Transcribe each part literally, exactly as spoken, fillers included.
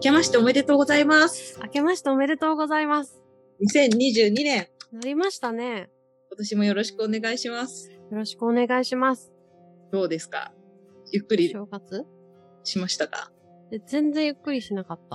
けましておめでとうございます。 明けましておめでとうございます。 にせんにじゅうにねん。 なりましたね。 今年もよろしくお願いします。 よろしくお願いします。 どうですか？ゆっくり正月しましたか？ 全然ゆっくりしなかった。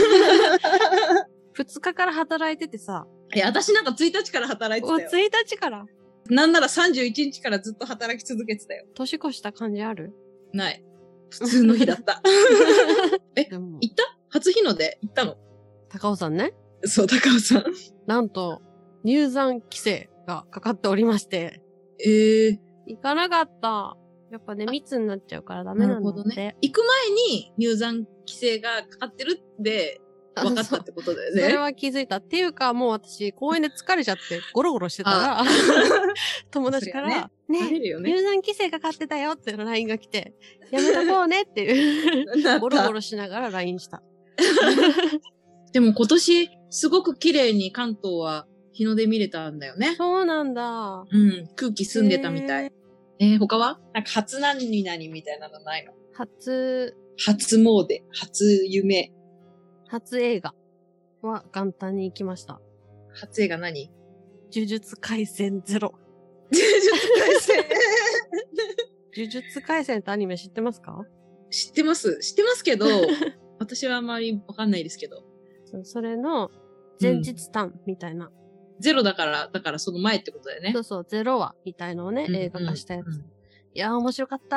ふつかから働いててさ。 いや、私なんかついたちから働いてたよ。 お、ついたちから。 なんならさんじゅういちにちからずっと働き続けてたよ。 年越した感じある？ ない。普通の日だった。え、行った？初日の出行ったの？高尾さんね。 そう、高尾さん。 なんと、入山規制がかかっておりまして。 ええー。 行かなかった。やっぱね、密になっちゃうからダメなんだって。なるほどね。 行く前に入山規制がかかってるって分かったってことだよね。 そ, それは気づいた。っていうか、もう私、公園で疲れちゃってゴロゴロしてたら、友達から、ね、ね、ね、入山規制かかってたよって ライン が来て、やめとこうねっていう、ゴロゴロしながら ライン した。 でも今年、すごく綺麗に関東は日の出見れたんだよね。 そうなんだ。 うん、空気澄んでたみたい。えー、他はなんか初何々みたいなのないの？ 初、 初詣、初夢。 初映画は元旦に行きました。 初映画何？ 呪術廻戦ゼロ。 呪術廻戦呪術廻戦ってアニメ知ってますか？ 知ってます。知ってますけど、私はあまりわかんないですけど。 そ, それの前日譚みたいな。 ゼロだから、だからその前ってことだよね。 そうそう、ゼロ話みたいのをね、うんうん、映画化したやつ。うん、いやー、面白かった。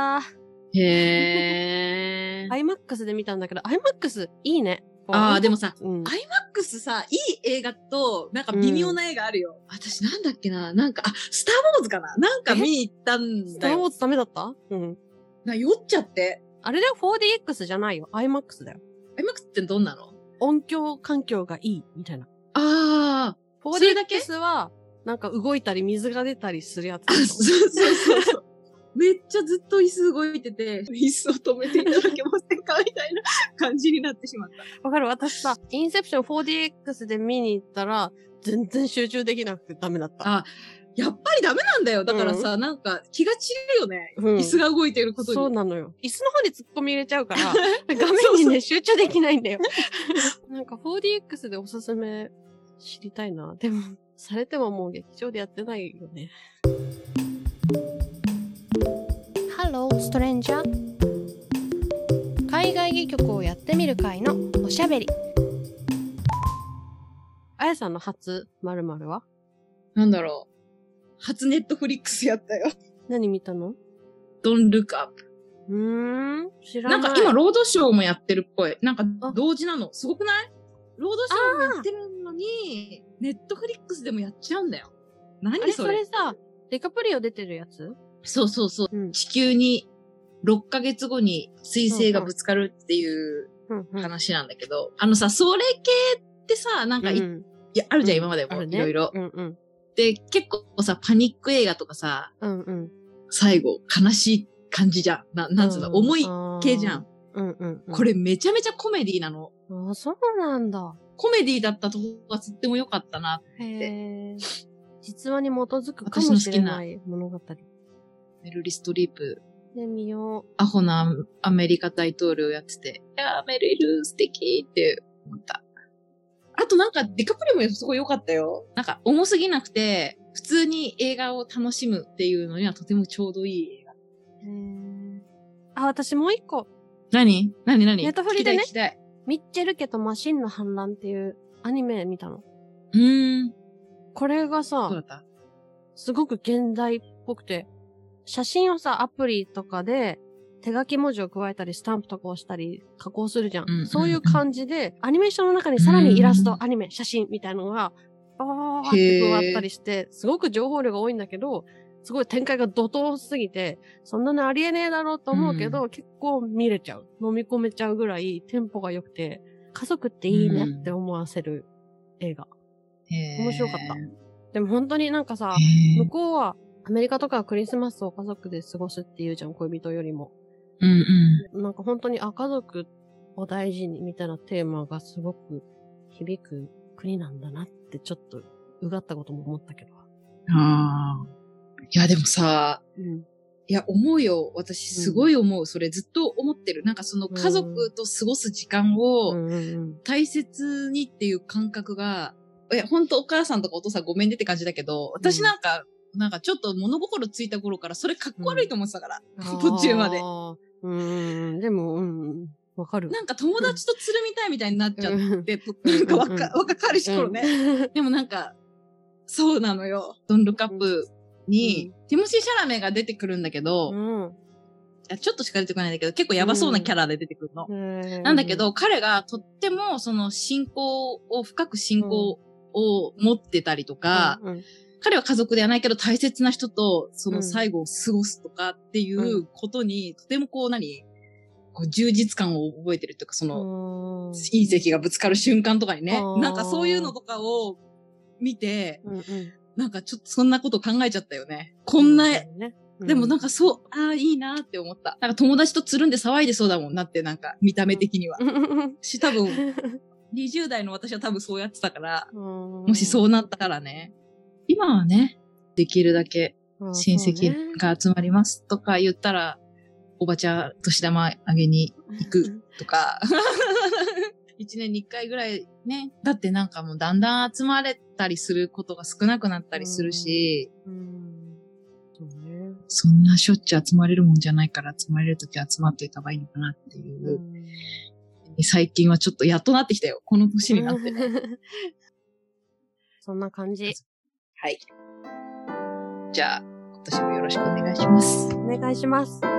へー。 アイマックス で見たんだけど、アイマックス いいね。 ああ、でもさ、うん、アイマックス さ、いい映画と、なんか微妙な映画あるよ。うん、私なんだっけな、なんか、あ、スターウォーズかななんか見に行ったんだよ。 スターウォーズダメだった？うん。 な、酔っちゃって。 あれだよ、フォーディーエックス じゃないよ。アイマックス だよ。 アイマックス ってどんなの？ 音響環境がいい、みたいな。 ああ。 フォーディーエックス は、なんか動いたり水が出たりするやつ。 そうそうそうそう。めっちゃずっと椅子動いてて、椅子を止めていただけませんかみたいな感じになってしまった。 わかる？私さ、インセプション フォーディーエックス で見に行ったら、全然集中できなくてダメだった。 あ、やっぱりダメなんだよ。だからさ、うん、なんか気が散るよね、うん。椅子が動いてることに。 そうなのよ。椅子の方に突っ込み入れちゃうから、画面にね、集中できないんだよ。なんか フォーディーエックス でおすすめ知りたいな。でも、されてももう劇場でやってないよね。ハローストレンジャー。海外戯曲をやってみる会のおしゃべり。あやさんの初〇〇は？ なんだろう。初ネットフリックスやったよ。 何見たの？ Don't Look Up。 うーん、知らない。 なんか今ロードショーもやってるっぽい。なんか同時なの。すごくない？ロードショーもやってるのに、ネットフリックスでもやっちゃうんだよ。何それ？ あれそれさ、デカプリオ出てるやつ？ そうそうそう。うん、地球にろっかげつごに彗星がぶつかるっていう話なんだけど、うんうん、あのさ、それ系ってさ、なんかい、うん、いや、あるじゃん、うん、今までも、いろいろ。うんうん、で、結構さ、パニック映画とかさ、うんうん、最後、悲しい感じじゃん。な、なんつうの、うん、重い系じゃん。うんうんうん、これめちゃめちゃコメディなの。 ああ、そうなんだ。 コメディだったとこがとっても良かったなって。 へー。実話に基づくかもしれない物語。 メルリストリープ。 で、見よう。 アホなアメリカ大統領やってて、いやー、メリル素敵って思った。あとなんか、デカプリもすごい良かったよ。なんか、重すぎなくて、普通に映画を楽しむっていうのにはとてもちょうどいい映画。 へー。あ、私もう一個。 何？何何？ ネットフリでね、 聞きたい聞きたい。 ミッチェル家とマシンの反乱っていうアニメ見たの。 うーん。 これがさ、 どうだった？ すごく現代っぽくて、写真をさ、アプリとかで手書き文字を加えたり、スタンプとかをしたり、加工するじゃん。うんうんうん、そういう感じで、アニメーションの中にさらにイラスト、アニメ、写真みたいなのが、バババババって加わったりして、すごく情報量が多いんだけど、すごい展開が怒涛すぎて、そんなのありえねえだろうと思うけど、うん、結構見れちゃう。飲み込めちゃうぐらいテンポが良くて、家族っていいねって思わせる映画。面白かった。でも本当になんかさ、向こうはアメリカとかはクリスマスを家族で過ごすっていうじゃん、恋人よりも。うんうん。なんか本当に、あ、家族を大事にみたいなテーマがすごく響く国なんだなってちょっとうがったことも思ったけど。 ああ。いやでもさ、うん、 いや、思うよ。私、すごい思う。うん、それずっと思ってる。なんかその家族と過ごす時間を大切にっていう感覚が、え、ほんとお母さんとかお父さんごめんねって感じだけど、私なんか、うん、なんかちょっと物心ついた頃からそれかっこ悪いと思ってたから、うん、途中まで。 うん、でも、うん、わかる。 なんか友達とつるみたいみたいになっちゃって、うん、なんか若、若かりし頃ね、うん。でもなんか、そうなのよ。ドンルカップに、うん、ティモシー・シャラメが出てくるんだけど、うん、いやちょっとしか出てこないんだけど、結構やばそうなキャラで出てくるの。うん、なんだけど、彼がとってもその信仰を、深く信仰を持ってたりとか、うんうん、彼は家族ではないけど大切な人とその最後を過ごすとかっていうことに、とてもこう何こう充実感を覚えてるっていうか、その隕石がぶつかる瞬間とかにね、なんかそういうのとかを見て、うんうん、なんかちょっとそんなこと考えちゃったよね。こんな、ねうん、でもなんかそう、ああ、いいなって思った。なんか友達とつるんで騒いでそうだもんなって、なんか見た目的には。し、多分、にじゅう代の私は多分そうやってたから、もしそうなったらね。今はね、できるだけ親戚が集まりますとか言ったら、おばちゃん年玉あげに行くとか。一年に一回ぐらいね。だってなんかもうだんだん集まれたりすることが少なくなったりするし、うんうんそうね、そんなしょっちゅう集まれるもんじゃないから集まれるときは集まっていた方がいいのかなっていう、うん、最近はちょっとやっとなってきたよ。この年になってね。 そんな感じ。 はい。じゃあ、今年もよろしくお願いします。 お願いします。